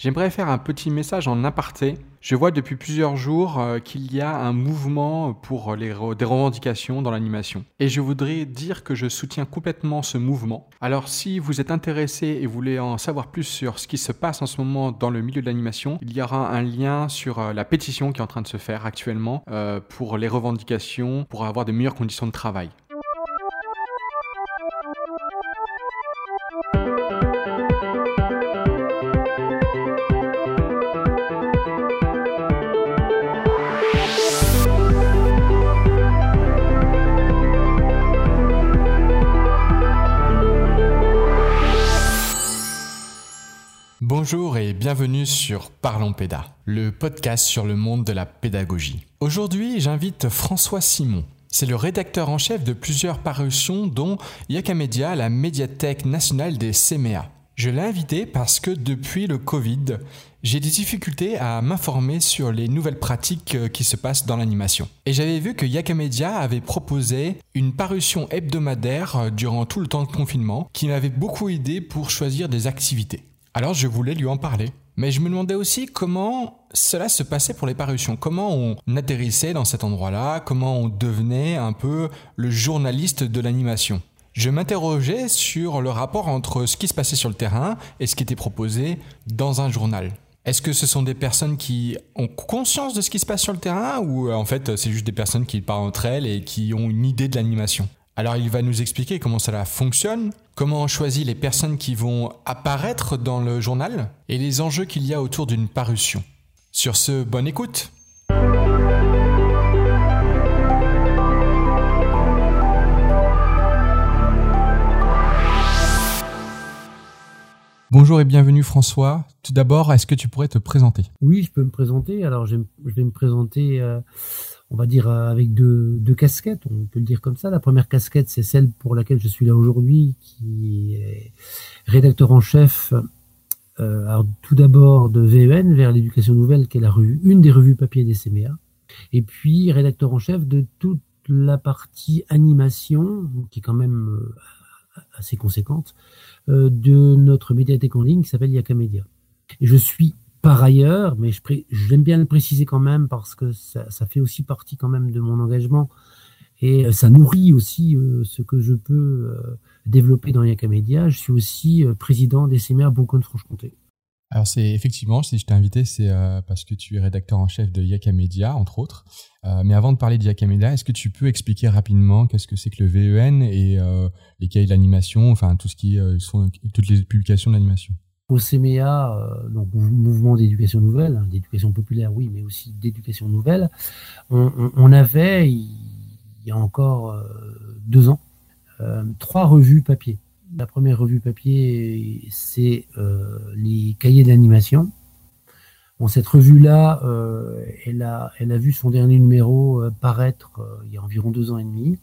J'aimerais faire un petit message en aparté. Je vois depuis plusieurs jours qu'il y a un mouvement pour des revendications dans l'animation. Et je voudrais dire que je soutiens complètement ce mouvement. Alors si vous êtes intéressé et voulez en savoir plus sur ce qui se passe en ce moment dans le milieu de l'animation, il y aura un lien sur la pétition qui est en train de se faire actuellement pour les revendications, pour avoir de meilleures conditions de travail. Bonjour et bienvenue sur Parlons Péda, le podcast sur le monde de la pédagogie. Aujourd'hui, j'invite François Simon. C'est le rédacteur en chef de plusieurs parutions dont Yakamedia, la médiathèque nationale des CMA. Je l'ai invité parce que depuis le Covid, j'ai des difficultés à m'informer sur les nouvelles pratiques qui se passent dans l'animation. Et j'avais vu que Yakamedia avait proposé une parution hebdomadaire durant tout le temps de confinement qui m'avait beaucoup aidé pour choisir des activités. Alors je voulais lui en parler. Mais je me demandais aussi comment cela se passait pour les parutions. Comment on atterrissait dans cet endroit-là, comment on devenait un peu le journaliste de l'animation. Je m'interrogeais sur le rapport entre ce qui se passait sur le terrain et ce qui était proposé dans un journal. Est-ce que ce sont des personnes qui ont conscience de ce qui se passe sur le terrain ou en fait c'est juste des personnes qui parlent entre elles et qui ont une idée de l'animation ? Alors il va nous expliquer comment cela fonctionne, comment on choisit les personnes qui vont apparaître dans le journal et les enjeux qu'il y a autour d'une parution. Sur ce, bonne écoute. Bonjour et bienvenue François. Tout d'abord, est-ce que tu pourrais te présenter ? Oui, je peux me présenter. Alors je vais me présenter... on va dire avec deux casquettes, on peut le dire comme ça. La première casquette, c'est celle pour laquelle je suis là aujourd'hui, qui est rédacteur en chef, alors tout d'abord de VEN, vers l'éducation nouvelle, qui est une des revues papier des CMA, et puis rédacteur en chef de toute la partie animation, qui est quand même assez conséquente, de notre médiathèque en ligne qui s'appelle Yakamedia. Et je suis par ailleurs, mais j'aime bien le préciser quand même parce que ça fait aussi partie quand même de mon engagement et ça nourrit aussi ce que je peux développer dans Yakamedia. Je suis aussi président des CMA Bourgogne-Franche-Comté. Alors c'est effectivement, si je t'ai invité, c'est parce que tu es rédacteur en chef de Yakamedia, entre autres. Mais avant de parler de Yakamedia, est-ce que tu peux expliquer rapidement qu'est-ce que c'est que le VEN et les cahiers d'animation, enfin tout ce qui sont toutes les publications d'animation? Au CMA, donc mouvement d'éducation nouvelle, d'éducation populaire, oui, mais aussi d'éducation nouvelle, on avait, il y a encore 2 ans, 3 revues papier. La première revue papier, c'est les cahiers d'animation. Bon, cette revue-là, elle a vu son dernier numéro paraître il y a environ 2 ans et demi,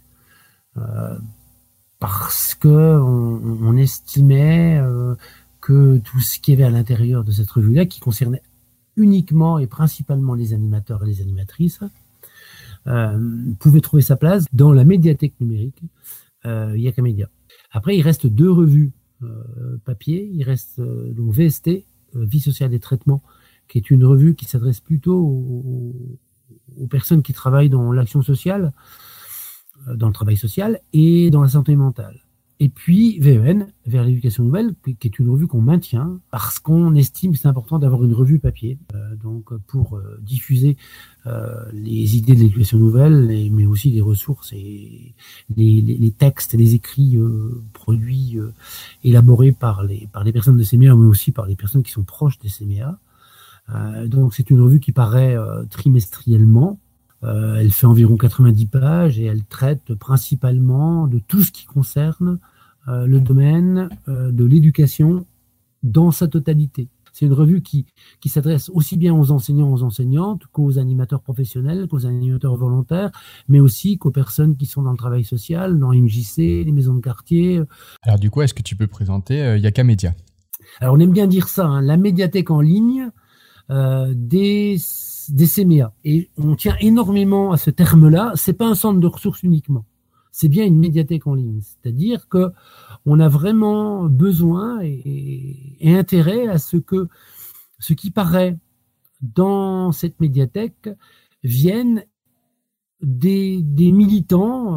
parce que on estimait que tout ce qui y avait à l'intérieur de cette revue-là, qui concernait uniquement et principalement les animateurs et les animatrices, pouvait trouver sa place dans la médiathèque numérique Yakamedia. Après, il reste 2 revues papier. Il reste donc VST, Vie sociale et traitement, qui est une revue qui s'adresse plutôt aux personnes qui travaillent dans l'action sociale, dans le travail social et dans la santé mentale. Et puis VEN, vers l'éducation nouvelle, qui est une revue qu'on maintient parce qu'on estime que c'est important d'avoir une revue papier, donc pour diffuser les idées de l'éducation nouvelle, mais aussi les ressources et les textes, les écrits produits élaborés par les personnes de CMA, mais aussi par les personnes qui sont proches des CMA. Donc c'est une revue qui paraît trimestriellement. Elle fait environ 90 pages et elle traite principalement de tout ce qui concerne le domaine de l'éducation dans sa totalité. C'est une revue qui s'adresse aussi bien aux enseignants, aux enseignantes, qu'aux animateurs professionnels, qu'aux animateurs volontaires, mais aussi qu'aux personnes qui sont dans le travail social, dans MJC, les maisons de quartier. Alors du coup, est-ce que tu peux présenter Yakamedia ? Alors on aime bien dire ça, la médiathèque en ligne des CMA. Et on tient énormément à ce terme-là. C'est pas un centre de ressources uniquement. C'est bien une médiathèque en ligne. C'est-à-dire que on a vraiment besoin et intérêt à ce que ce qui paraît dans cette médiathèque viennent des militants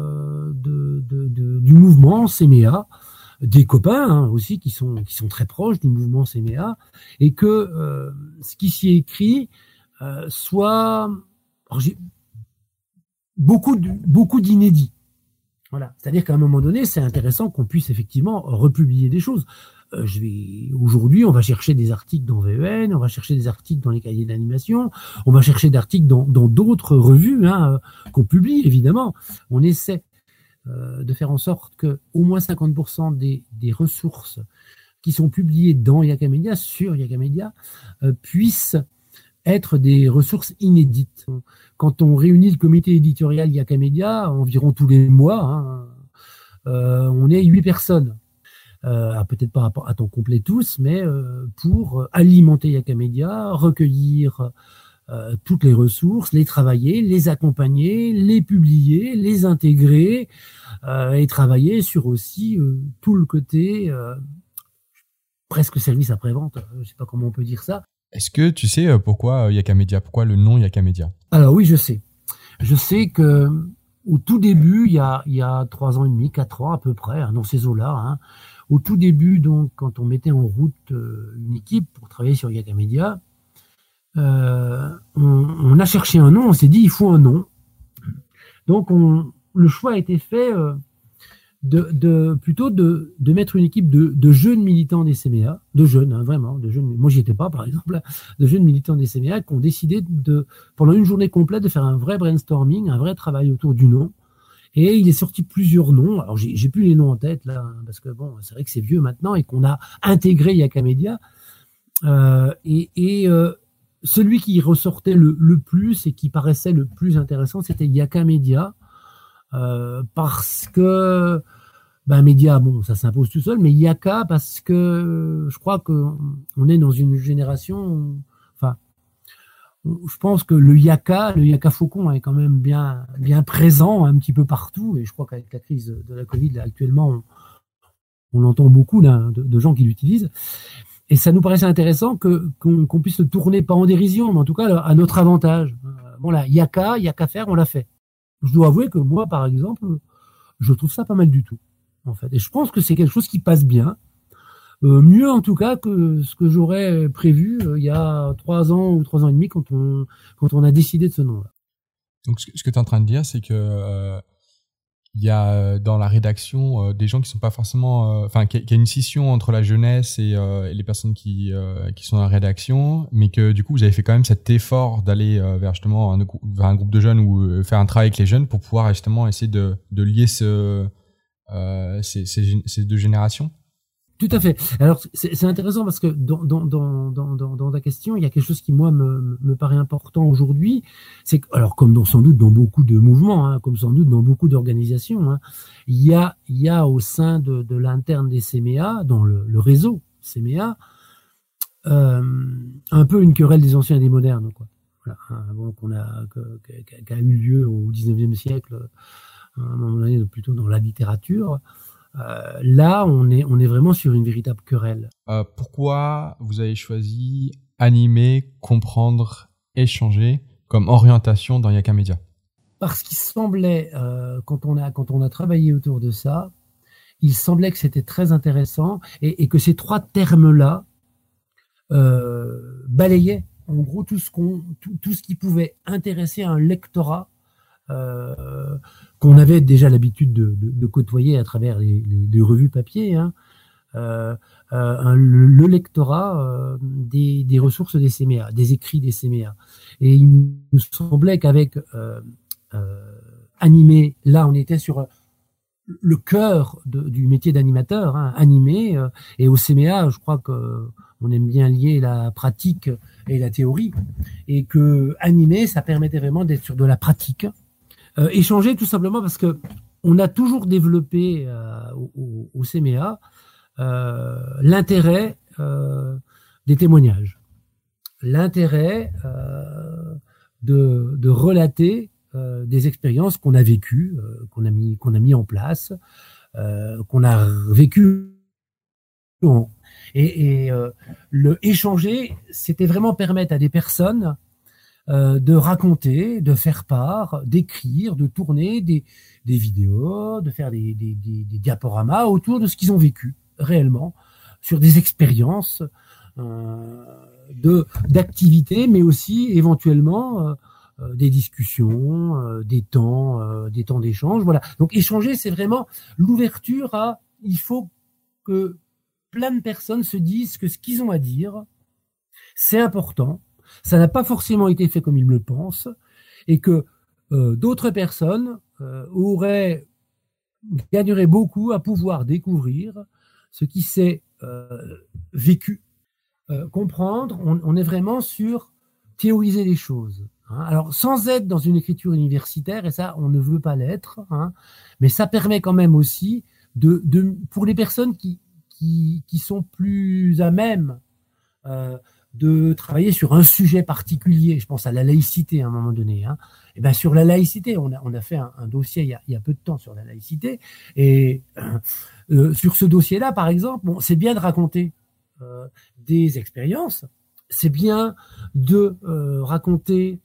du mouvement CMEA, des copains aussi qui sont très proches du mouvement CMEA, et que ce qui s'y est écrit soit beaucoup d'inédits. Voilà. C'est-à-dire qu'à un moment donné, c'est intéressant qu'on puisse effectivement republier des choses. Aujourd'hui, on va chercher des articles dans VEN, on va chercher des articles dans les cahiers d'animation, on va chercher des articles dans d'autres revues qu'on publie, évidemment. On essaie de faire en sorte que au moins 50% des ressources qui sont publiées dans Yakamedia, sur Yakamedia, puissent être des ressources inédites. Quand on réunit le comité éditorial Yakamedia, environ tous les mois, on est 8 personnes. Peut-être pas à temps complet tous, mais pour alimenter Yakamedia, recueillir toutes les ressources, les travailler, les accompagner, les publier, les intégrer et travailler sur aussi tout le côté presque service après-vente, je ne sais pas comment on peut dire ça. Est-ce que tu sais pourquoi Yakamedia, pourquoi le nom Yakamedia? Alors oui, je sais. Je sais que au tout début, il y a 3 ans et demi, 4 ans à peu près, dans ces eaux-là, au tout début, donc, quand on mettait en route une équipe pour travailler sur Yakamedia, on a cherché un nom, on s'est dit il faut un nom. Donc le choix a été fait plutôt de mettre une équipe de jeunes militants des CMEA, de jeunes, vraiment, de jeunes. Moi, j'y étais pas, par exemple, de jeunes militants des CMEA qui ont décidé pendant une journée complète, de faire un vrai brainstorming, un vrai travail autour du nom. Et il est sorti plusieurs noms. Alors, j'ai plus les noms en tête, là, parce que bon, c'est vrai que c'est vieux maintenant et qu'on a intégré Yakamedia. Celui qui ressortait le plus et qui paraissait le plus intéressant, c'était Yakamedia. Parce que média, bon, ça s'impose tout seul, mais Yaka, parce que je crois qu'on est dans une génération, je pense que le Yaka faucon est quand même bien présent un petit peu partout, et je crois qu'avec la crise de la Covid, là, actuellement, on entend beaucoup de gens qui l'utilisent, et ça nous paraissait intéressant qu'on puisse le tourner, pas en dérision, mais en tout cas à notre avantage. Bon là, Yaka faire, on l'a fait. Je dois avouer que moi, par exemple, je trouve ça pas mal du tout, en fait. Et je pense que c'est quelque chose qui passe bien. Mieux, en tout cas, que ce que j'aurais prévu il y a 3 ans ou 3 ans et demi quand on a décidé de ce nom-là. Donc, ce que tu es en train de dire, c'est que il y a dans la rédaction des gens qui sont pas forcément, qu'il y a une scission entre la jeunesse et les personnes qui sont dans la rédaction, mais que du coup vous avez fait quand même cet effort d'aller vers justement vers un groupe de jeunes ou faire un travail avec les jeunes pour pouvoir justement essayer de lier ces deux générations. Tout à fait. Alors c'est intéressant parce que dans ta question, il y a quelque chose qui moi me paraît important aujourd'hui. C'est que, alors comme sans doute dans beaucoup de mouvements, comme sans doute dans beaucoup d'organisations, il y a au sein de l'interne des CMEA, dans le réseau CMEA, un peu une querelle des anciens et des modernes, quoi. Voilà, qui a eu lieu au 19e siècle, à un moment donné, plutôt dans la littérature. Là, on est vraiment sur une véritable querelle. Pourquoi vous avez choisi animer, comprendre, échanger comme orientation dans Yakamedia? Parce qu'il semblait, quand on a travaillé autour de ça, il semblait que c'était très intéressant et que ces 3 termes-là balayaient en gros tout ce qui pouvait intéresser un lectorat qu'on avait déjà l'habitude de côtoyer à travers les revues papier, le lectorat des ressources des CMEA, des écrits des CMEA. Et il nous semblait qu'avec animer, là on était sur le cœur du métier d'animateur, animer, et au CMEA, je crois que on aime bien lier la pratique et la théorie, et que animer, ça permettait vraiment d'être sur de la pratique. Échanger tout simplement parce que on a toujours développé au CMEA l'intérêt des témoignages, l'intérêt de relater des expériences qu'on a vécues, qu'on a mis en place, qu'on a vécues Le échanger, c'était vraiment permettre à des personnes de raconter, de faire part, d'écrire, de tourner des vidéos, de faire des diaporamas autour de ce qu'ils ont vécu réellement, sur des expériences d'activités, mais aussi éventuellement des discussions, des temps d'échange. Voilà. Donc échanger, c'est vraiment l'ouverture à. Il faut que plein de personnes se disent que ce qu'ils ont à dire, c'est important. Ça n'a pas forcément été fait comme ils le pensent, et que d'autres personnes gagneraient beaucoup à pouvoir découvrir ce qui s'est vécu, comprendre. On est vraiment sur théoriser les choses. Hein. Alors, sans être dans une écriture universitaire, et ça, on ne veut pas l'être, hein, mais ça permet quand même aussi pour les personnes qui sont plus à même de travailler sur un sujet particulier. Je pense à la laïcité à un moment donné. Hein. Et ben sur la laïcité, on a fait un dossier il y a peu de temps sur la laïcité. Et sur ce dossier-là, par exemple, bon, c'est bien de raconter des expériences. C'est bien de raconter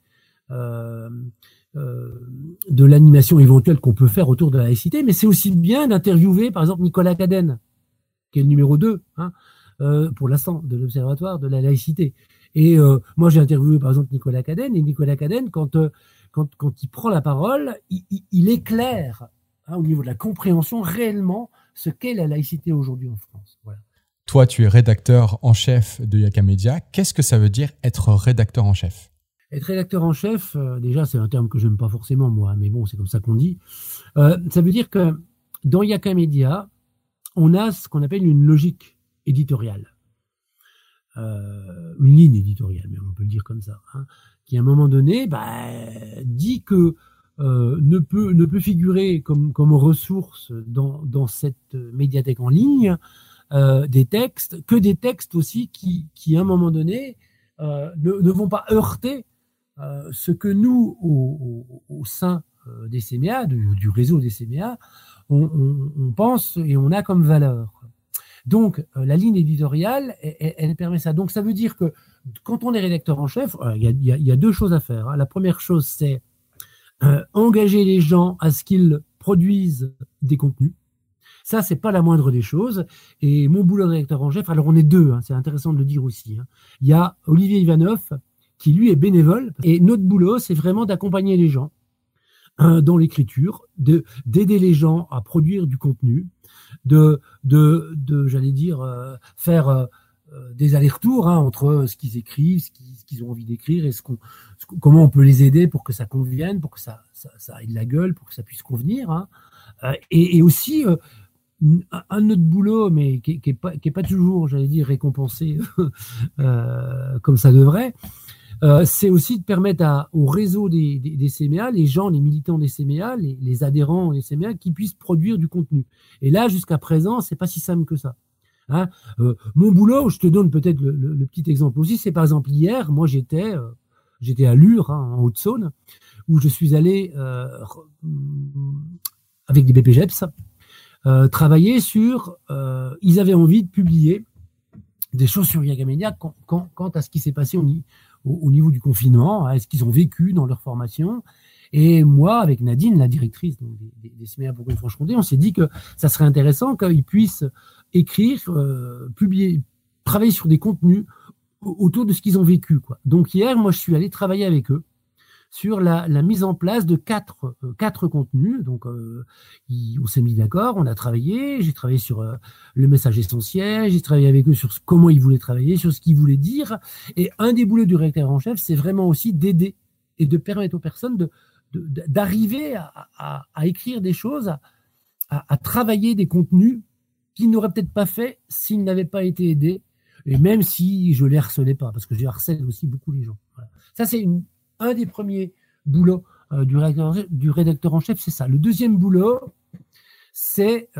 de l'animation éventuelle qu'on peut faire autour de la laïcité, mais c'est aussi bien d'interviewer, par exemple, Nicolas Cadenne, qui est le numéro 2, hein, pour l'instant, de l'Observatoire de la laïcité. Et moi, j'ai interviewé, par exemple, Nicolas Cadenne, et Nicolas Cadenne, quand il prend la parole, il éclaire, hein, au niveau de la compréhension, réellement, ce qu'est la laïcité aujourd'hui en France. Voilà. Toi, tu es rédacteur en chef de Yaka Media. Qu'est-ce que ça veut dire être rédacteur en chef ? Être rédacteur en chef, déjà, c'est un terme que je n'aime pas forcément, moi, mais bon, c'est comme ça qu'on dit. Ça veut dire que dans Yaka Media, on a ce qu'on appelle une logique éditoriale, une ligne éditoriale, mais on peut le dire comme ça, hein, qui à un moment donné dit que ne peut figurer comme ressource dans cette médiathèque en ligne des textes aussi qui à un moment donné ne vont pas heurter ce que nous au sein des CMA, du réseau des CMA, on pense et on a comme valeur. Donc, la ligne éditoriale, elle permet ça. Donc, ça veut dire que quand on est rédacteur en chef, il y a deux choses à faire. Hein. La première chose, c'est engager les gens à ce qu'ils produisent des contenus. Ça, c'est pas la moindre des choses. Et mon boulot de rédacteur en chef, alors on est deux, hein, c'est intéressant de le dire aussi. Hein. Il y a Olivier Ivanov, qui lui est bénévole. Et notre boulot, c'est vraiment d'accompagner les gens dans l'écriture, d'aider les gens à produire du contenu, j'allais dire, faire des allers-retours entre ce qu'ils écrivent, ce qu'ils ont envie d'écrire et comment on peut les aider pour que ça convienne, pour que ça aille de la gueule, pour que ça puisse convenir. Hein. Et aussi un autre boulot, mais qui est pas toujours, j'allais dire, récompensé comme ça devrait. C'est aussi de permettre au réseau des CMA, les gens, les militants des CMA, les adhérents des CMA, qui puissent produire du contenu. Et là, jusqu'à présent, c'est pas si simple que ça. Hein, mon boulot, je te donne peut-être le petit exemple aussi, c'est par exemple hier, moi j'étais à Lure, hein, en Haute-Saône, où je suis allé avec des BPGEPS travailler sur. Ils avaient envie de publier des choses sur Yaka Media quant à ce qui s'est passé au niveau du confinement, à ce qu'ils ont vécu dans leur formation. Et moi, avec Nadine, la directrice des CMA Bourgogne-Franche-Comté, on s'est dit que ça serait intéressant qu'ils puissent écrire, publier, travailler sur des contenus autour de ce qu'ils ont vécu, quoi. Donc hier, moi, je suis allé travailler avec eux sur la mise en place de quatre contenus. Donc, on s'est mis d'accord, on a travaillé. J'ai travaillé sur le message essentiel. J'ai travaillé avec eux sur comment ils voulaient travailler, sur ce qu'ils voulaient dire. Et un des boulots du rédacteur en chef, c'est vraiment aussi d'aider et de permettre aux personnes d'arriver à écrire des choses, à travailler des contenus qu'ils n'auraient peut-être pas fait s'ils n'avaient pas été aidés. Et même si je les harcelais pas, parce que je harcèle aussi beaucoup les gens. Voilà. Ça, c'est un des premiers boulots du rédacteur en chef, c'est ça. Le deuxième boulot, c'est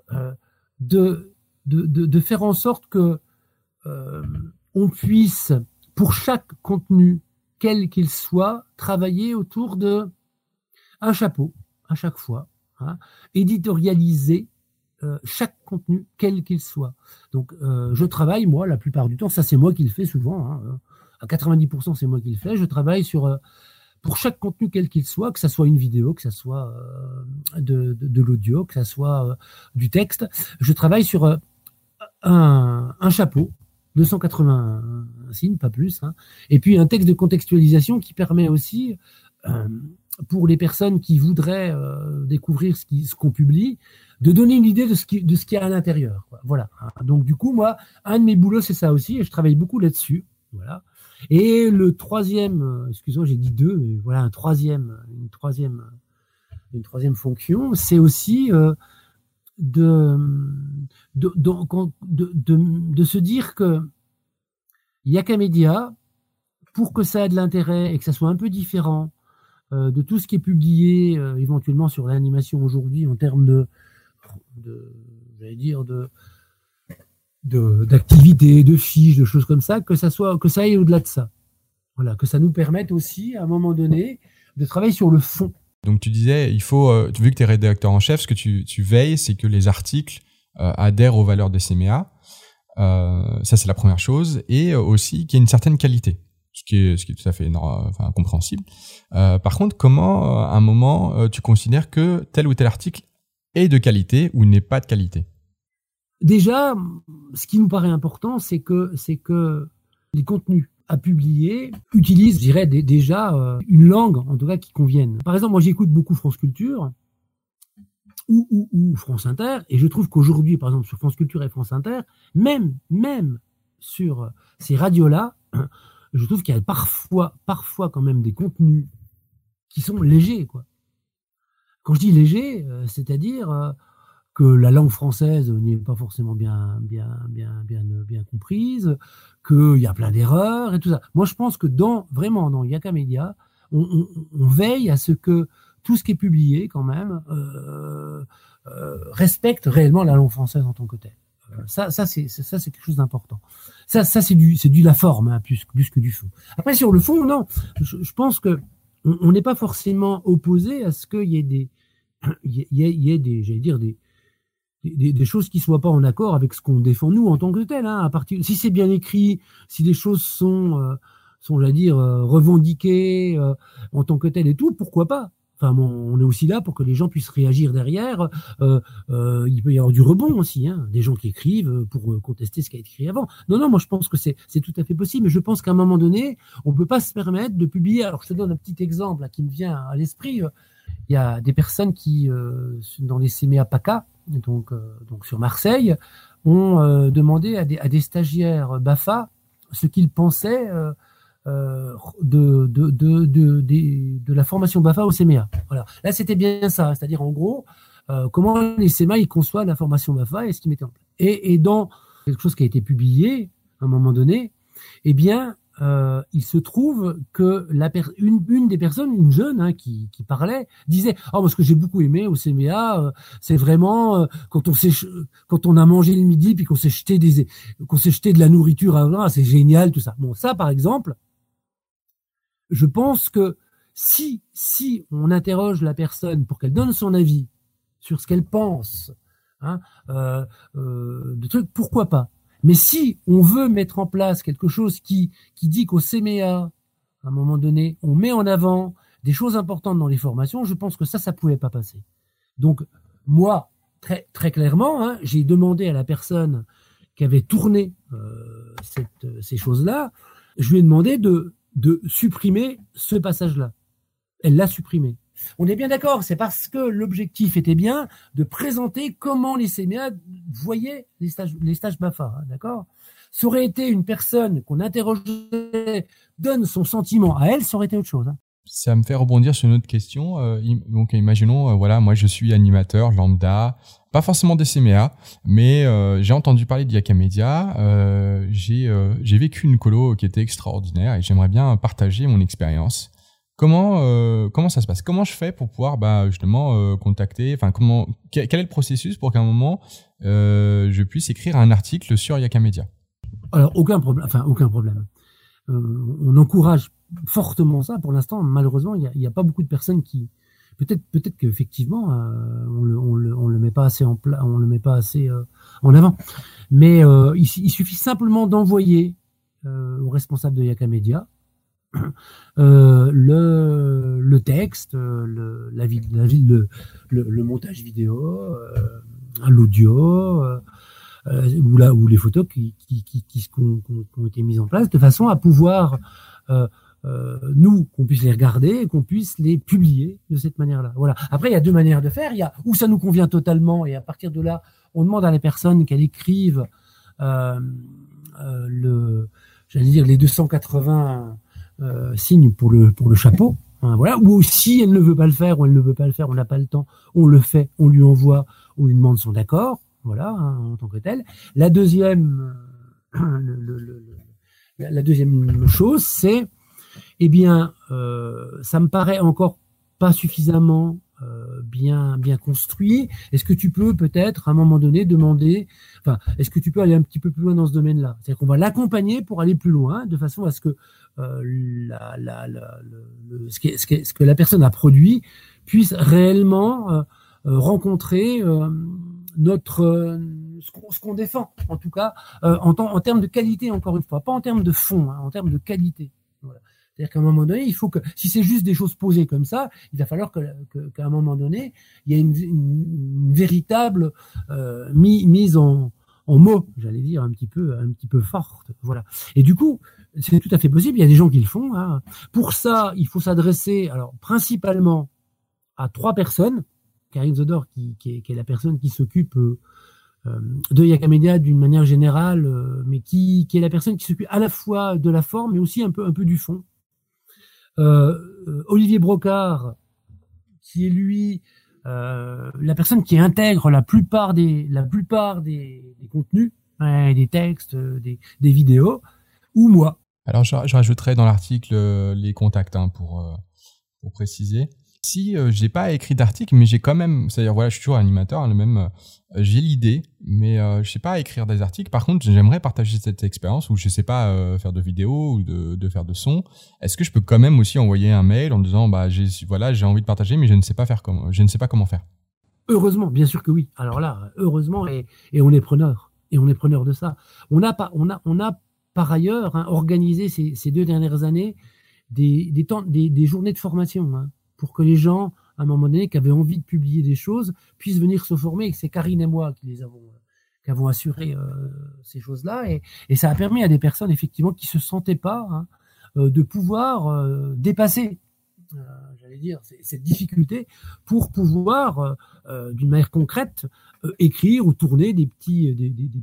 de faire en sorte que on puisse, pour chaque contenu, quel qu'il soit, travailler autour de un chapeau, à chaque fois, hein, éditorialiser chaque contenu, quel qu'il soit. Donc, je travaille, moi, la plupart du temps, ça c'est moi qui le fais souvent, hein, à 90% c'est moi qui le fais, je travaille pour chaque contenu, quel qu'il soit, que ça soit une vidéo, que ça soit de l'audio, que ça soit du texte, je travaille sur un chapeau, 280 signes, pas plus, hein, et puis un texte de contextualisation qui permet aussi, pour les personnes qui voudraient découvrir ce qu'on publie, de donner une idée de ce qu'il y a à l'intérieur. Quoi. Voilà. Donc du coup, moi, un de mes boulots, c'est ça aussi, et je travaille beaucoup là-dessus. Voilà. Et le troisième, excusez-moi, j'ai dit deux, mais voilà, une troisième fonction, c'est aussi de se dire que Yaka Media, pour que ça ait de l'intérêt et que ça soit un peu différent de tout ce qui est publié éventuellement sur l'animation aujourd'hui en termes j'allais dire d'activités, de fiches, de choses comme ça, que ça aille au-delà de ça. Voilà, que ça nous permette aussi, à un moment donné, de travailler sur le fond. Donc tu disais, il faut, vu que tu es rédacteur en chef, ce que tu veilles, c'est que les articles adhèrent aux valeurs des CMA. Ça, c'est la première chose. Et aussi qu'il y ait une certaine qualité, ce qui est tout à fait compréhensible. Par contre, comment, à un moment, tu considères que tel ou tel article est de qualité ou n'est pas de qualité ? Déjà, ce qui nous paraît important, c'est que les contenus à publier utilisent, je dirais, déjà une langue, en tout cas, qui convienne. Par exemple, moi, j'écoute beaucoup France Culture ou France Inter, et je trouve qu'aujourd'hui, par exemple, sur France Culture et France Inter, même sur ces radios-là, je trouve qu'il y a parfois quand même des contenus qui sont légers, quoi. Quand je dis léger, c'est-à-dire que la langue française n'est pas forcément bien comprise, qu'il y a plein d'erreurs et tout ça. Moi, je pense que dans Yaka Media, on veille à ce que tout ce qui est publié, quand même, respecte réellement la langue française en tant que telle. Ça c'est quelque chose d'important. Ça c'est du la forme, hein, plus que du fond. Après, sur le fond, non. Je pense que on n'est pas forcément opposé à ce qu'il y ait des choses qui soient pas en accord avec ce qu'on défend nous en tant que tel, hein. Si c'est bien écrit, si les choses sont j'allais dire revendiquées en tant que tel et tout, pourquoi pas. Enfin, bon, on est aussi là pour que les gens puissent réagir derrière. Il peut y avoir du rebond aussi, hein, des gens qui écrivent pour contester ce qui a été écrit avant. Non, moi je pense que c'est tout à fait possible, mais je pense qu'à un moment donné, on peut pas se permettre de publier. Alors je te donne un petit exemple là, qui me vient à l'esprit. Il y a des personnes qui, dans les CMA PACA, donc sur Marseille, ont demandé à des stagiaires BAFA ce qu'ils pensaient de la formation BAFA au CMA. Voilà. Là, c'était bien ça, c'est-à-dire en gros, comment les CMA ils conçoivent la formation BAFA et ce qu'ils mettaient en place. Et dans quelque chose qui a été publié à un moment donné, eh bien, il se trouve que une des personnes, une jeune, hein, qui parlait, disait moi ce que j'ai beaucoup aimé au CMA, c'est vraiment quand on a mangé le midi puis qu'on s'est jeté de la nourriture avant, c'est génial tout ça. Bon, ça par exemple, je pense que si on interroge la personne pour qu'elle donne son avis sur ce qu'elle pense, hein, de trucs, pourquoi pas. Mais si on veut mettre en place quelque chose qui dit qu'au CMA, à un moment donné, on met en avant des choses importantes dans les formations, je pense que ça pouvait pas passer. Donc, moi, très, très clairement, hein, j'ai demandé à la personne qui avait tourné ces choses-là, je lui ai demandé de supprimer ce passage-là. Elle l'a supprimé. On est bien d'accord, c'est parce que l'objectif était bien de présenter comment les CMA voyaient les stages BAFA, hein, d'accord ? Ça aurait été une personne qu'on interrogeait, donne son sentiment à elle, ça aurait été autre chose. Hein. Ça me fait rebondir sur une autre question. Donc, imaginons, moi, je suis animateur lambda, pas forcément des CMA, mais j'ai entendu parler de Yaka Media. J'ai vécu une colo qui était extraordinaire et j'aimerais bien partager mon expérience. Comment ça se passe ? Comment je fais pour pouvoir justement contacter ? Enfin, quel est le processus pour qu'à un moment je puisse écrire un article sur Yaka Media ? Alors aucun problème. On encourage fortement ça. Pour l'instant, malheureusement, il y a pas beaucoup de personnes qui peut-être qu'effectivement on le met pas assez on le met pas assez en avant. Mais il suffit simplement d'envoyer au responsable de Yaka Media le texte, le montage vidéo, l'audio, ou les photos qui ont été mises en place, de façon à pouvoir nous, qu'on puisse les regarder et qu'on puisse les publier de cette manière-là. Voilà. Après, il y a deux manières de faire. Il y a où ça nous convient totalement, et à partir de là, on demande à la personne qu'elle écrive les 280 signes pour le chapeau. Hein, voilà. Ou si elle ne veut pas le faire, ou elle ne veut pas le faire, on n'a pas le temps, on le fait, on lui envoie, on lui demande son accord. Voilà, hein, en tant que tel. La deuxième, la deuxième chose, c'est ça me paraît encore pas suffisamment bien construit. Est-ce que tu peux peut-être à un moment donné demander, est-ce que tu peux aller un petit peu plus loin dans ce domaine-là? C'est-à-dire qu'on va l'accompagner pour aller plus loin, de façon à ce que ce que la personne a produit puisse réellement rencontrer ce qu'on défend, en tout cas en termes de qualité, encore une fois, pas en termes de fond, hein, en termes de qualité. Voilà. C'est-à-dire qu'à un moment donné, il faut que, si c'est juste des choses posées comme ça, il va falloir qu'à un moment donné, il y ait une véritable mise en mots, j'allais dire, un petit peu forte. Voilà. Et du coup, c'est tout à fait possible. Il y a des gens qui le font. Hein. Pour ça, il faut s'adresser, alors principalement à 3 personnes. Karine Zodor, qui est la personne qui s'occupe de Yaka Media d'une manière générale, mais qui est la personne qui s'occupe à la fois de la forme, mais aussi un peu du fond. Olivier Brocard, qui est lui la personne qui intègre la plupart des contenus, des textes, des vidéos, ou moi. Alors je rajouterai dans l'article les contacts pour préciser. Si j'ai pas écrit d'article, mais j'ai quand même, c'est-à-dire voilà, je suis toujours animateur, j'ai l'idée, mais je sais pas écrire des articles. Par contre, j'aimerais partager cette expérience où je sais pas faire de vidéo ou de faire de son. Est-ce que je peux quand même aussi envoyer un mail en disant j'ai envie de partager, mais je ne sais pas comment faire. Heureusement, bien sûr que oui. Alors là, heureusement, et on est preneur, de ça. On a par ailleurs organisé ces 2 dernières années des journées de formation. Hein, pour que les gens, à un moment donné, qui avaient envie de publier des choses, puissent venir se former. Et c'est Karine et moi qui avons assuré ces choses-là. Et ça a permis à des personnes, effectivement, qui se sentaient pas de pouvoir dépasser, j'allais dire, cette difficulté pour pouvoir, d'une manière concrète, écrire ou tourner des petits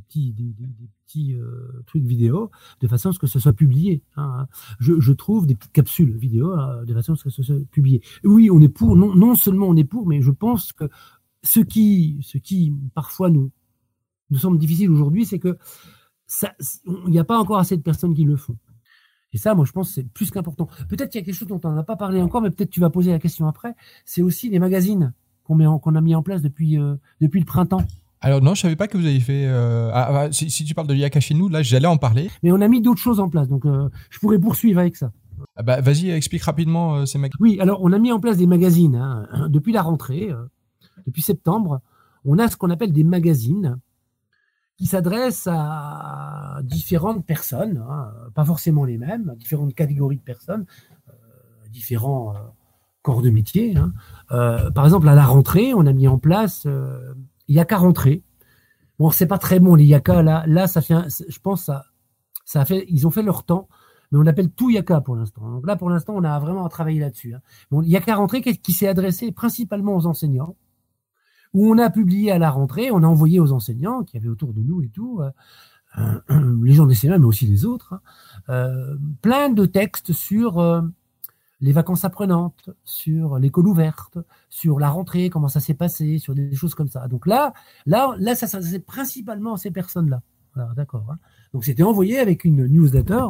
trucs vidéo de façon à ce que ce soit publié. Hein. Je trouve des petites capsules vidéo de façon à ce que ce soit publié. Oui, on est pour, non seulement on est pour, mais je pense que ce qui parfois nous semble difficile aujourd'hui, c'est que il n'y a pas encore assez de personnes qui le font. Et ça, moi, je pense que c'est plus qu'important. Peut-être qu'il y a quelque chose dont on n'a pas parlé encore, mais peut-être tu vas poser la question après. C'est aussi les magazines qu'on a mis en place depuis le printemps. Alors non, je savais pas que vous avez fait. Si tu parles de Yaka chez nous, là, j'allais en parler. Mais on a mis d'autres choses en place, donc je pourrais poursuivre avec ça. Vas-y, explique rapidement ces magazines. Oui, alors on a mis en place des magazines depuis la rentrée, depuis septembre. On a ce qu'on appelle des magazines qui s'adressent à différentes personnes, pas forcément les mêmes, différentes catégories de personnes, différents corps de métier. Par exemple, à la rentrée, on a mis en place Yaka rentrée. Bon, c'est pas très bon les Yaka là, ça fait, je pense ça a fait, ils ont fait leur temps, mais on appelle tout Yaka pour l'instant. Donc là, pour l'instant, on a vraiment à travailler là-dessus. Bon, Yaka rentrée qui s'est adressé principalement aux enseignants, où on a publié à la rentrée, on a envoyé aux enseignants qui avaient autour de nous et tout, les gens des CM, mais aussi les autres, plein de textes sur les vacances apprenantes, sur l'école ouverte, sur la rentrée, comment ça s'est passé, sur des choses comme ça. Donc là, ça s'adressait principalement à ces personnes-là. Voilà, d'accord. Donc c'était envoyé avec une newsletter.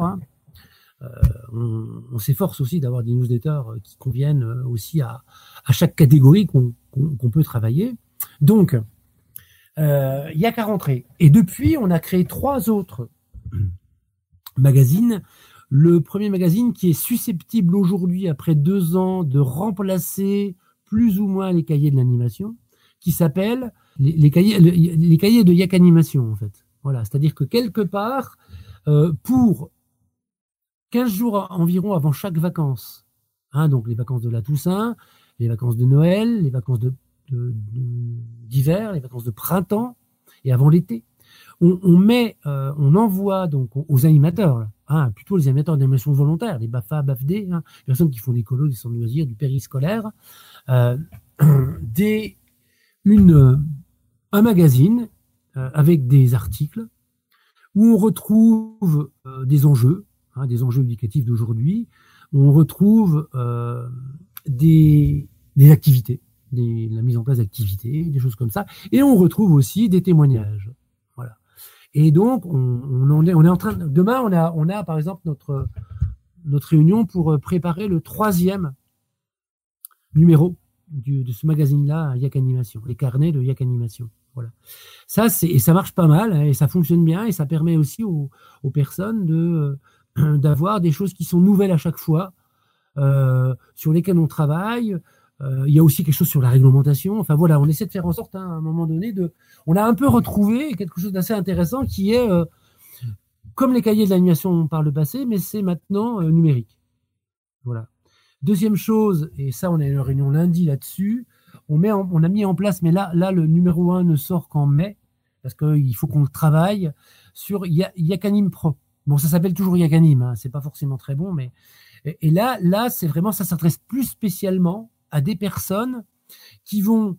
On s'efforce aussi d'avoir des newsletters qui conviennent aussi à chaque catégorie qu'on peut travailler. Donc, il y a qu'à rentrer. Et depuis, on a créé 3 autres magazines. Le premier magazine qui est susceptible aujourd'hui, après 2 ans, de remplacer plus ou moins les cahiers de l'animation, qui s'appellent les cahiers de Yak Animation, en fait. Voilà, c'est-à-dire que quelque part, pour 15 jours environ avant chaque vacances, donc les vacances de la Toussaint, les vacances de Noël, les vacances d'hiver, les vacances de printemps et avant l'été, on envoie donc aux animateurs, plutôt les animateurs d'animation volontaire, les BAFA, BAFD, les personnes qui font des colos, des centres de loisirs, du périscolaire, un magazine avec des articles où on retrouve des enjeux éducatifs d'aujourd'hui, où on retrouve des activités, la mise en place d'activités, des choses comme ça, et on retrouve aussi des témoignages. Voilà. Et donc, on est en train. Demain, on a par exemple notre réunion pour préparer le 3e numéro de ce magazine-là, Yak Animation, les carnets de Yak Animation. Voilà. Et ça marche pas mal, et ça fonctionne bien, et ça permet aussi aux personnes d'avoir des choses qui sont nouvelles à chaque fois, sur lesquelles on travaille. Il y a aussi quelque chose sur la réglementation. Enfin voilà, on essaie de faire en sorte, à un moment donné, on a un peu retrouvé quelque chose d'assez intéressant qui est comme les cahiers de l'animation par le passé, mais c'est maintenant numérique. Voilà. Deuxième chose, et ça on a une réunion lundi là-dessus, on a mis en place, mais là le numéro 1 ne sort qu'en mai, parce qu'il faut qu'on le travaille sur Yakanim Pro. Bon, ça s'appelle toujours Yakanim, c'est pas forcément très bon, mais et là c'est vraiment, ça s'adresse plus spécialement à des personnes qui vont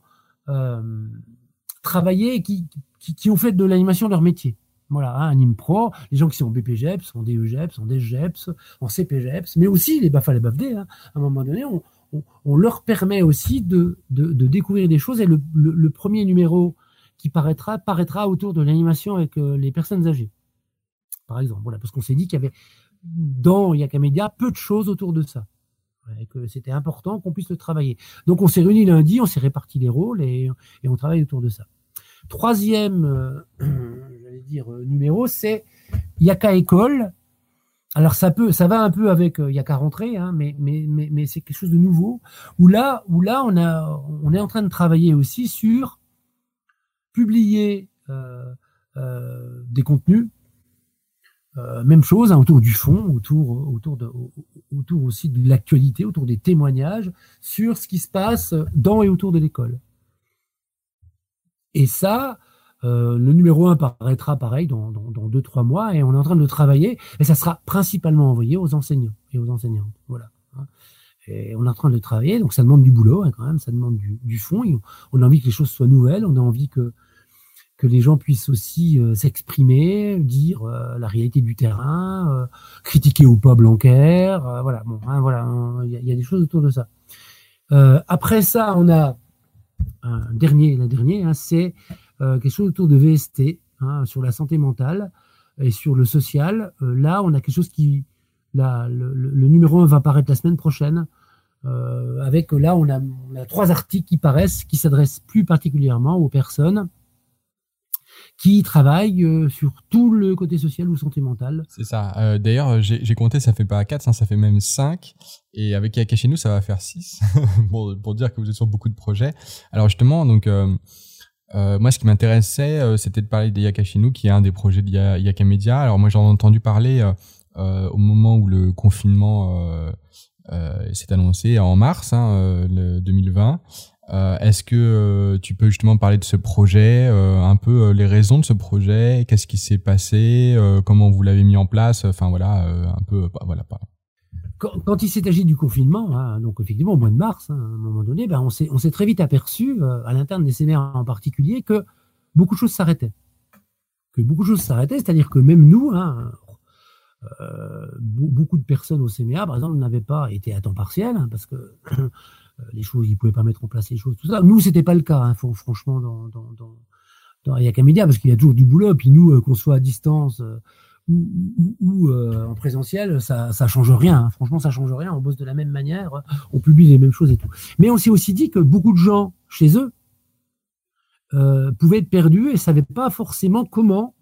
travailler et qui ont fait de l'animation leur métier. Voilà, Anim Pro, les gens qui sont en BPGEPS, en DEGEPS, en DSGEPS, en CPGEPS, mais aussi les BAFA, les BAFD, à un moment donné, on leur permet aussi de découvrir des choses, et le premier numéro qui paraîtra autour de l'animation avec les personnes âgées, par exemple. Voilà, parce qu'on s'est dit qu'il y avait dans Yakamedia peu de choses autour de ça, et que c'était important qu'on puisse le travailler. Donc on s'est réunis lundi, on s'est réparti les rôles, et on travaille autour de ça. Troisième numéro, c'est Yaka École. Alors ça va un peu avec Yaka Rentrée, mais c'est quelque chose de nouveau, où là on est en train de travailler aussi sur publier des contenus, même chose, autour du fond, autour aussi de l'actualité, autour des témoignages sur ce qui se passe dans et autour de l'école. Et ça, le numéro 1 paraîtra pareil dans 2-3 mois, et on est en train de le travailler, et ça sera principalement envoyé aux enseignants et aux enseignantes. Voilà. Et on est en train de le travailler, donc ça demande du boulot, quand même, ça demande du fond. On a envie que les choses soient nouvelles, on a envie que les gens puissent aussi s'exprimer, dire la réalité du terrain, critiquer ou pas Blanquer, voilà. Bon, voilà, il y a des choses autour de ça. Après ça, on a la dernière, c'est quelque chose autour de VST, sur la santé mentale et sur le social. Là, on a quelque chose le numéro 1 va paraître la semaine prochaine. Avec là, on a 3 articles qui s'adressent plus particulièrement aux personnes qui travaillent sur tout le côté social ou santé mentale. C'est ça. D'ailleurs, j'ai compté, ça fait pas 4, ça fait même 5. Et avec Yaka chez nous, ça va faire 6. pour dire que vous êtes sur beaucoup de projets. Alors justement, donc moi, ce qui m'intéressait, c'était de parler des Yaka chez nous, qui est un des projets de Yakamedia. Alors moi, j'en ai entendu parler au moment où le confinement s'est annoncé en mars 2020. Est-ce que tu peux justement parler de ce projet, un peu les raisons de ce projet, qu'est-ce qui s'est passé, comment vous l'avez mis en place, enfin voilà, un peu, voilà. Quand il s'est agi du confinement, donc effectivement au mois de mars, à un moment donné, on s'est très vite aperçu, à l'interne des CMR en particulier, que beaucoup de choses s'arrêtaient. C'est-à-dire que même nous, beaucoup de personnes au CMA, par exemple, n'avaient pas été à temps partiel, parce que les choses, ils pouvaient pas mettre en place les choses, tout ça. Nous, c'était pas le cas, franchement, dans Yakamedia, parce qu'il y a toujours du boulot. Puis nous, qu'on soit à distance ou en présentiel, ça change rien. Franchement, ça change rien. On bosse de la même manière, on publie les mêmes choses et tout. Mais on s'est aussi dit que beaucoup de gens chez eux pouvaient être perdus et savaient pas forcément comment,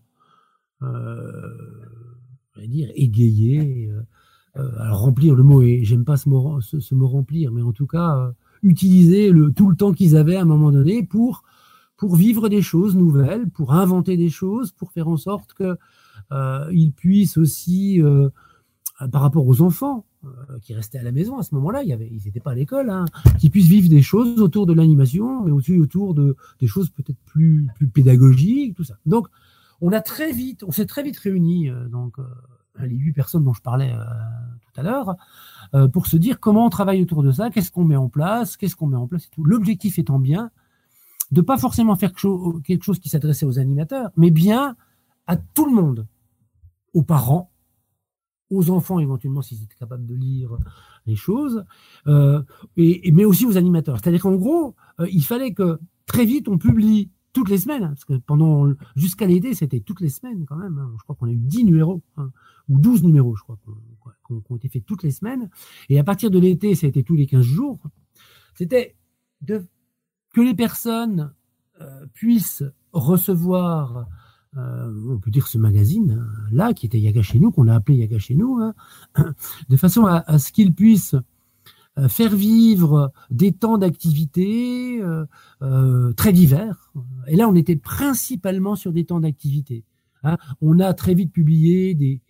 égayer. Alors remplir, le mot, et j'aime pas ce mot remplir, mais en tout cas utiliser tout le temps qu'ils avaient à un moment donné pour vivre des choses nouvelles, pour inventer des choses, pour faire en sorte que ils puissent aussi, par rapport aux enfants qui restaient à la maison à ce moment-là, ils n'étaient pas à l'école, hein, qu'ils puissent vivre des choses autour de l'animation, mais aussi autour des choses peut-être plus pédagogiques, tout ça. Donc, on s'est très vite réunis, les 8 personnes dont je parlais tout à l'heure, pour se dire comment on travaille autour de ça, qu'est-ce qu'on met en place et tout. L'objectif étant bien de pas forcément faire quelque chose qui s'adressait aux animateurs, mais bien à tout le monde, aux parents, aux enfants éventuellement s'ils étaient capables de lire les choses, mais aussi aux animateurs. C'est-à-dire qu'en gros, il fallait que très vite on publie toutes les semaines, hein, parce que jusqu'à l'été, c'était toutes les semaines quand même. Hein. Je crois qu'on a eu 10 numéros, hein, ou 12 numéros, je crois, qui ont été faits toutes les semaines. Et à partir de l'été, ça a été tous les 15 jours. C'était que les personnes puissent recevoir, on peut dire ce magazine là, qui était Yaga chez nous, qu'on a appelé Yaga chez nous, hein, de façon à ce qu'ils puissent faire vivre des temps d'activité très divers. Et là, on était principalement sur des temps d'activité. Hein. On a très vite publié des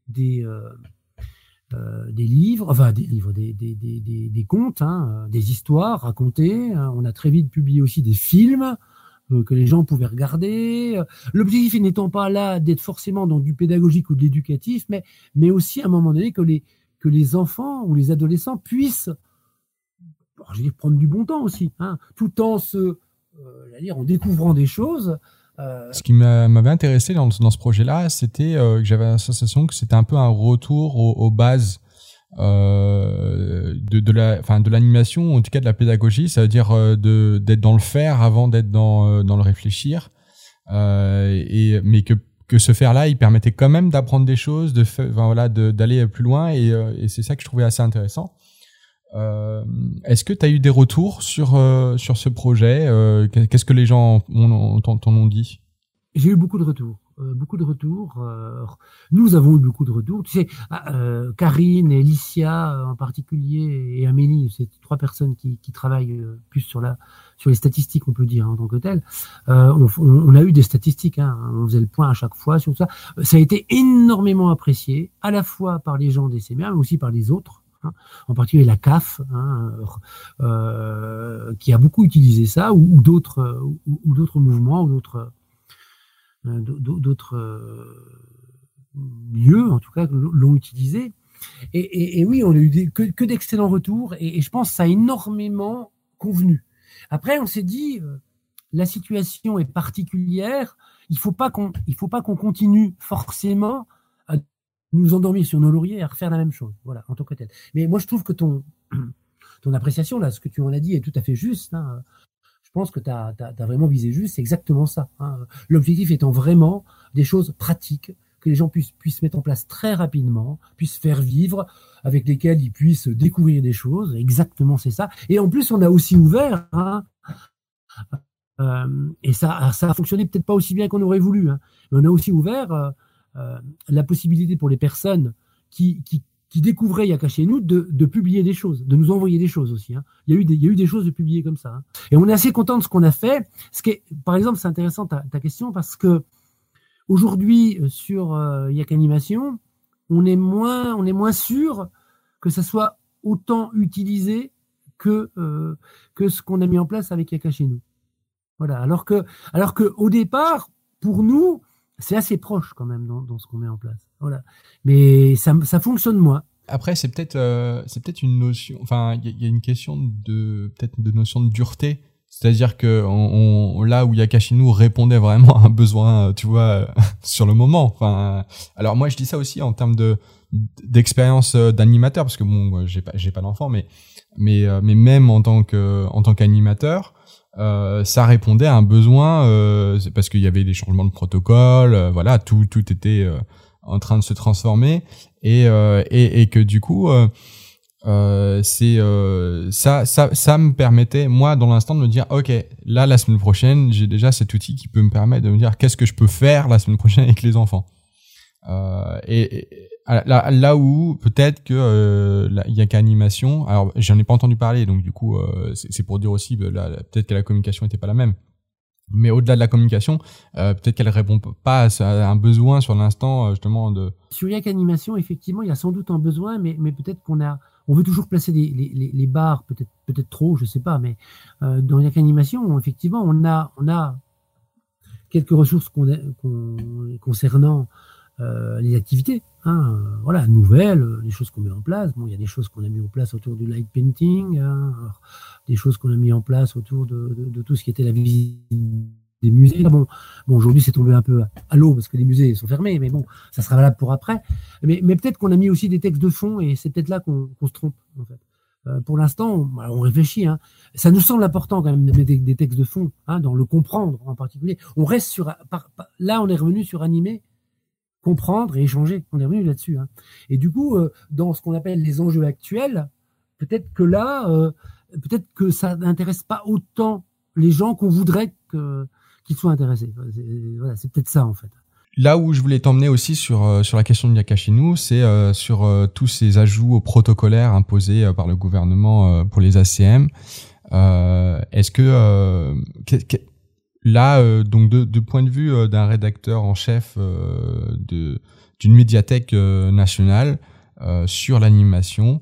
livres, des contes, hein, des histoires racontées. On a très vite publié aussi des films que les gens pouvaient regarder. L'objectif n'étant pas là d'être forcément dans du pédagogique ou de l'éducatif, mais aussi à un moment donné que les enfants ou les adolescents puissent, prendre du bon temps aussi, hein, tout en en découvrant des choses. Ce qui m'avait intéressé dans ce projet-là, c'était que j'avais la sensation que c'était un peu un retour aux bases de l'animation, en tout cas de la pédagogie, ça veut dire d'être dans le faire avant d'être dans le réfléchir, mais que ce faire-là, il permettait quand même d'apprendre des choses, d'aller plus loin, et c'est ça que je trouvais assez intéressant. Est-ce que tu as eu des retours sur ce projet? Qu'est-ce que les gens t'en ont dit? J'ai eu beaucoup de retours. Nous avons eu beaucoup de retours. Tu sais, Karine et Licia en particulier, et Amélie, c'est 3 personnes qui travaillent plus sur les statistiques, on peut dire, en tant que tel. On a eu des statistiques, hein, on faisait le point à chaque fois sur ça. Ça a été énormément apprécié, à la fois par les gens des CMA, mais aussi par les autres. Hein, en particulier la CAF, hein, qui a beaucoup utilisé ça, ou d'autres mouvements, ou d'autres lieux, en tout cas, l'ont utilisé. Et oui, on a eu que d'excellents retours, et je pense que ça a énormément convenu. Après, on s'est dit, la situation est particulière, il faut pas qu'on continue forcément à nous endormir sur nos lauriers et à refaire la même chose, voilà, en tant que tel. Mais moi, je trouve que ton appréciation, là, ce que tu en as dit est tout à fait juste, hein. Je pense que tu as vraiment visé juste, c'est exactement ça, hein. L'objectif étant vraiment des choses pratiques, que les gens puissent mettre en place très rapidement, puissent faire vivre, avec lesquelles ils puissent découvrir des choses, exactement c'est ça. Et en plus, on a aussi ouvert, hein, et ça a fonctionné peut-être pas aussi bien qu'on aurait voulu, hein, mais on a aussi ouvert la possibilité pour les personnes qui découvraient Yaga chez nous de publier des choses, de nous envoyer des choses aussi, hein. Il y a eu des choses de publier comme ça, hein. Et on est assez content de ce qu'on a fait. Par exemple, c'est intéressant ta question, parce que aujourd'hui sur Yaga Animation, on est moins sûr que ça soit autant utilisé que ce qu'on a mis en place avec Yaga chez nous. Voilà. Alors que au départ, pour nous, c'est assez proche quand même dans ce qu'on met en place. Voilà. Mais ça fonctionne moins. Après, c'est peut-être une notion. Enfin, il y a une question peut-être de notion de dureté. C'est-à-dire que là où Yaga chez nous répondait vraiment à un besoin, tu vois, sur le moment. Enfin, alors moi je dis ça aussi en termes d'expérience d'animateur, parce que bon, j'ai pas d'enfant, mais même en tant qu'animateur. Ça répondait à un besoin, c'est parce qu'il y avait des changements de protocole, voilà, tout était en train de se transformer, et que du coup c'est ça me permettait, moi, dans l'instant, de me dire ok, là la semaine prochaine j'ai déjà cet outil qui peut me permettre de me dire qu'est-ce que je peux faire la semaine prochaine avec les enfants, et là où peut-être que il y a qu'animation. Alors j'en ai pas entendu parler, donc du coup c'est pour dire aussi peut-être que la communication était pas la même. Mais au-delà de la communication, peut-être qu'elle répond pas à un besoin sur l'instant justement de. Sur Yak Animation, effectivement, il y a sans doute un besoin, mais peut-être on veut toujours placer les barres, peut-être trop, je sais pas, mais dans Yak Animation, effectivement, on a quelques ressources concernant les activités, hein, voilà, nouvelles, les choses qu'on met en place. Bon, il y a des choses qu'on a mis en place autour du light painting, hein, alors, des choses qu'on a mis en place autour de tout ce qui était la visite des musées. Bon, aujourd'hui, c'est tombé un peu à l'eau parce que les musées sont fermés, mais bon, ça sera valable pour après. Mais peut-être qu'on a mis aussi des textes de fond et c'est peut-être là qu'on se trompe, en fait. Pour l'instant, on réfléchit. Hein. Ça nous semble important quand même de mettre des textes de fond, hein, dans le comprendre en particulier. On reste sur, là, on est revenu sur animer, comprendre et échanger. On est revenu là-dessus. Hein. Et du coup, dans ce qu'on appelle les enjeux actuels, peut-être que là, peut-être que ça n'intéresse pas autant les gens qu'on voudrait qu'ils soient intéressés. Voilà, c'est peut-être ça en fait. Là où je voulais t'emmener aussi sur la question de Yakashinu, c'est sur tous ces ajouts protocolaires imposés par le gouvernement pour les ACM. Est-ce que là, donc de point de vue d'un rédacteur en chef d'une médiathèque nationale sur l'animation,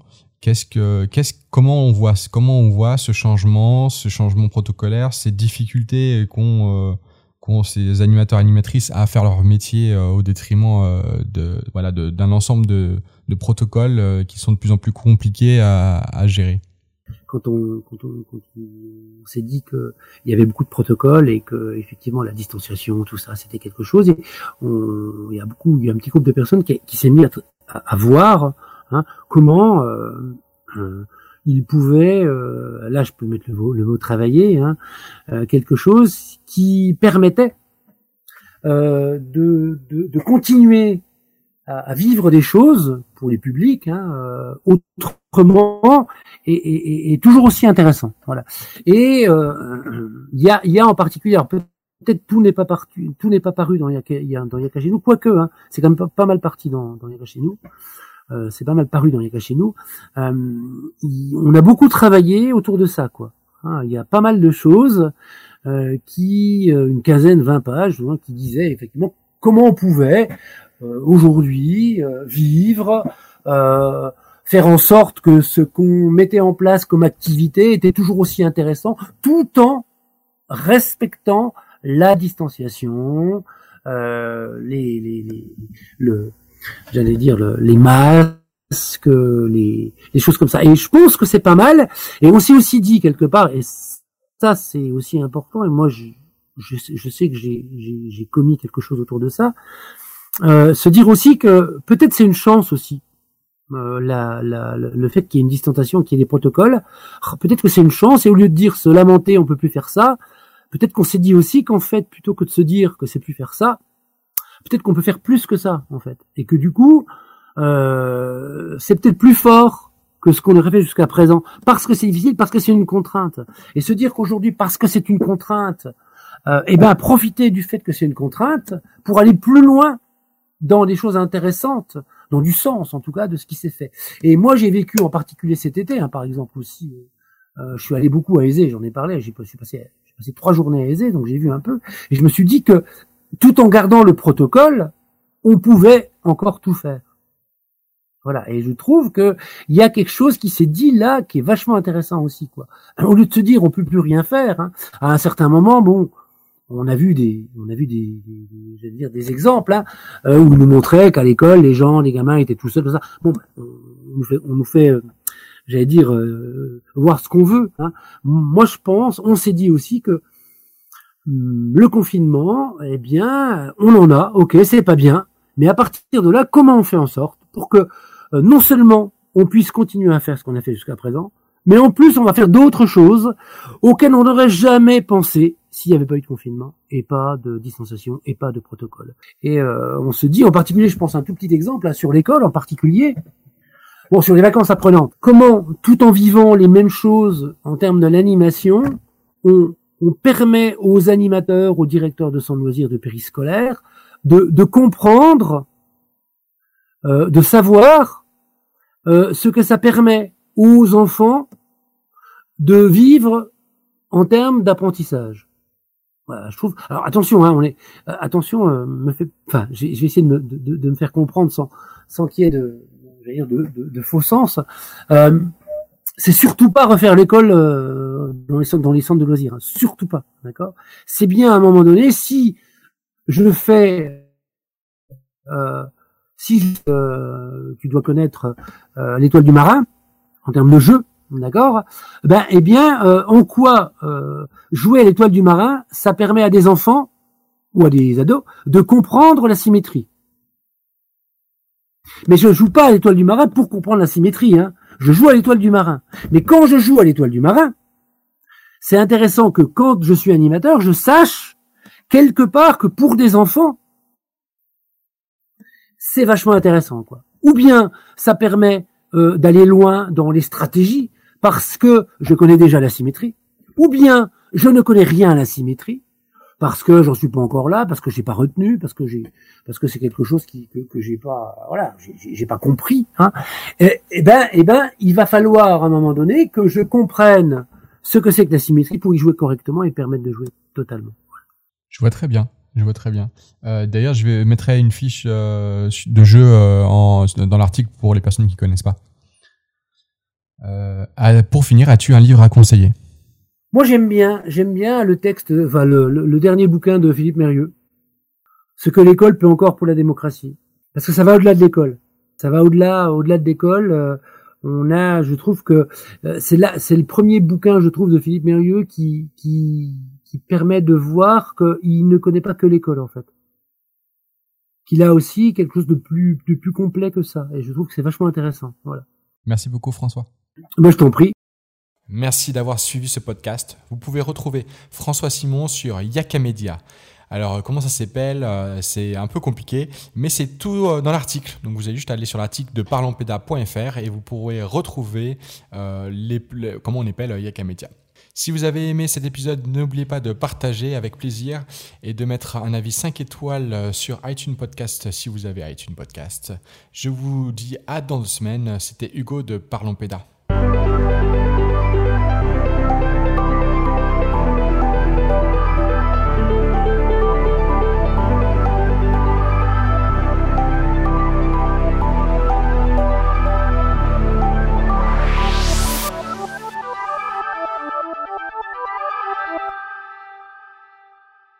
comment on voit ce changement protocolaire, ces difficultés qu'ont ces animateurs animatrices à faire leur métier au détriment d'un ensemble de protocoles qui sont de plus en plus compliqués à gérer. Quand on s'est dit que il y avait beaucoup de protocoles et que effectivement la distanciation, tout ça, c'était quelque chose. Et il y a un petit groupe de personnes qui s'est mis à voir, hein, comment il pouvait, là je peux mettre le mot travailler, hein, quelque chose qui permettait de continuer à vivre des choses pour les publics, hein, autrement et toujours aussi intéressant. Voilà. Et il y a en particulier, alors peut-être tout n'est pas paru dans Yakashinu, quoique, hein, c'est quand même pas mal parti dans Yakashinu. C'est pas mal paru dans Yakashinu. On a beaucoup travaillé autour de ça, quoi. Hein, il y a pas mal de choses une quinzaine, 20 pages, hein, qui disaient effectivement comment on pouvait aujourd'hui vivre, faire en sorte que ce qu'on mettait en place comme activité était toujours aussi intéressant, tout en respectant la distanciation, les masques, les choses comme ça. Et je pense que c'est pas mal. Et on s'est aussi dit quelque part, et ça c'est aussi important, et moi je sais que j'ai commis quelque chose autour de ça, se dire aussi que peut-être c'est une chance aussi, le fait qu'il y ait une distanciation, qu'il y ait des protocoles, peut-être que c'est une chance, et au lieu de dire se lamenter on peut plus faire ça, peut-être qu'on s'est dit aussi qu'en fait, plutôt que de se dire que c'est plus faire ça, peut-être qu'on peut faire plus que ça, en fait. Et que du coup, c'est peut-être plus fort que ce qu'on aurait fait jusqu'à présent. Parce que c'est difficile, parce que c'est une contrainte. Et se dire qu'aujourd'hui, parce que c'est une contrainte, profiter du fait que c'est une contrainte pour aller plus loin dans des choses intéressantes, dans du sens, en tout cas, de ce qui s'est fait. Et moi, j'ai vécu en particulier cet été, hein, par exemple aussi, je suis allé beaucoup à Aisé, j'en ai parlé, j'ai passé 3 journées à Aisé, donc j'ai vu un peu, et je me suis dit que tout en gardant le protocole, on pouvait encore tout faire. Voilà. Et je trouve que il y a quelque chose qui s'est dit là, qui est vachement intéressant aussi, quoi. Au lieu de se dire on peut plus rien faire, hein, à un certain moment, bon, on a vu des exemples, hein, où ils nous montraient qu'à l'école, les gamins étaient tout seuls, tout ça. Bon, on nous fait j'allais dire, voir ce qu'on veut, hein. Moi, je pense, on s'est dit aussi que le confinement, eh bien, on en a, ok, c'est pas bien, mais à partir de là, comment on fait en sorte pour que non seulement on puisse continuer à faire ce qu'on a fait jusqu'à présent, mais en plus on va faire d'autres choses auxquelles on n'aurait jamais pensé s'il n'y avait pas eu de confinement et pas de distanciation et pas de protocole. Et on se dit, en particulier, je pense un tout petit exemple là, sur l'école en particulier, bon, sur les vacances apprenantes, comment tout en vivant les mêmes choses en termes de l'animation, on permet aux animateurs, aux directeurs de centres loisirs de périscolaire de comprendre de savoir ce que ça permet aux enfants de vivre en termes d'apprentissage. Voilà, je trouve. Alors attention, hein, je vais essayer de me faire comprendre sans qu'il y ait de faux sens. C'est surtout pas refaire l'école dans les centres de loisirs, hein, surtout pas, d'accord. C'est bien à un moment donné si je fais, tu dois connaître l'Étoile du Marin en termes de jeu. D'accord. En quoi jouer à l'Étoile du Marin, ça permet à des enfants ou à des ados de comprendre la symétrie. Mais je joue pas à l'Étoile du Marin pour comprendre la symétrie. Hein. Je joue à l'Étoile du Marin. Mais quand je joue à l'Étoile du Marin, c'est intéressant que quand je suis animateur, je sache quelque part que pour des enfants, c'est vachement intéressant, quoi. Ou bien ça permet d'aller loin dans les stratégies parce que je connais déjà la symétrie, ou bien je ne connais rien à la symétrie parce que j'en suis pas encore là, parce que j'ai pas retenu, parce que c'est quelque chose que j'ai pas, voilà, j'ai pas compris. Hein. Il va falloir à un moment donné que je comprenne ce que c'est que la symétrie pour y jouer correctement et permettre de jouer totalement. Je vois très bien. D'ailleurs, je mettrai une fiche de jeu dans l'article pour les personnes qui connaissent pas. Pour finir, as-tu un livre à conseiller? Moi, j'aime bien le texte, enfin le dernier bouquin de Philippe Mérieux, Ce que l'école peut encore pour la démocratie, parce que ça va au-delà de l'école. Ça va au-delà de l'école. Je trouve que c'est le premier bouquin, je trouve, de Philippe Mérieux qui permet de voir qu'il ne connaît pas que l'école, en fait. Qu'il a aussi quelque chose de plus complet que ça. Et je trouve que c'est vachement intéressant. Voilà. Merci beaucoup, François. Je t'en prie. Merci d'avoir suivi ce podcast. Vous pouvez retrouver François Simon sur Yakamedia. Alors, comment ça s'appelle ? C'est un peu compliqué, mais c'est tout dans l'article. Donc, vous allez juste aller sur l'article de parlonspeda.fr et vous pourrez retrouver comment on appelle Yakamedia. Si vous avez aimé cet épisode, n'oubliez pas de partager avec plaisir et de mettre un avis 5 étoiles sur iTunes Podcast si vous avez iTunes Podcast. Je vous dis à dans 2 semaines. C'était Hugo de Parlons Pédas.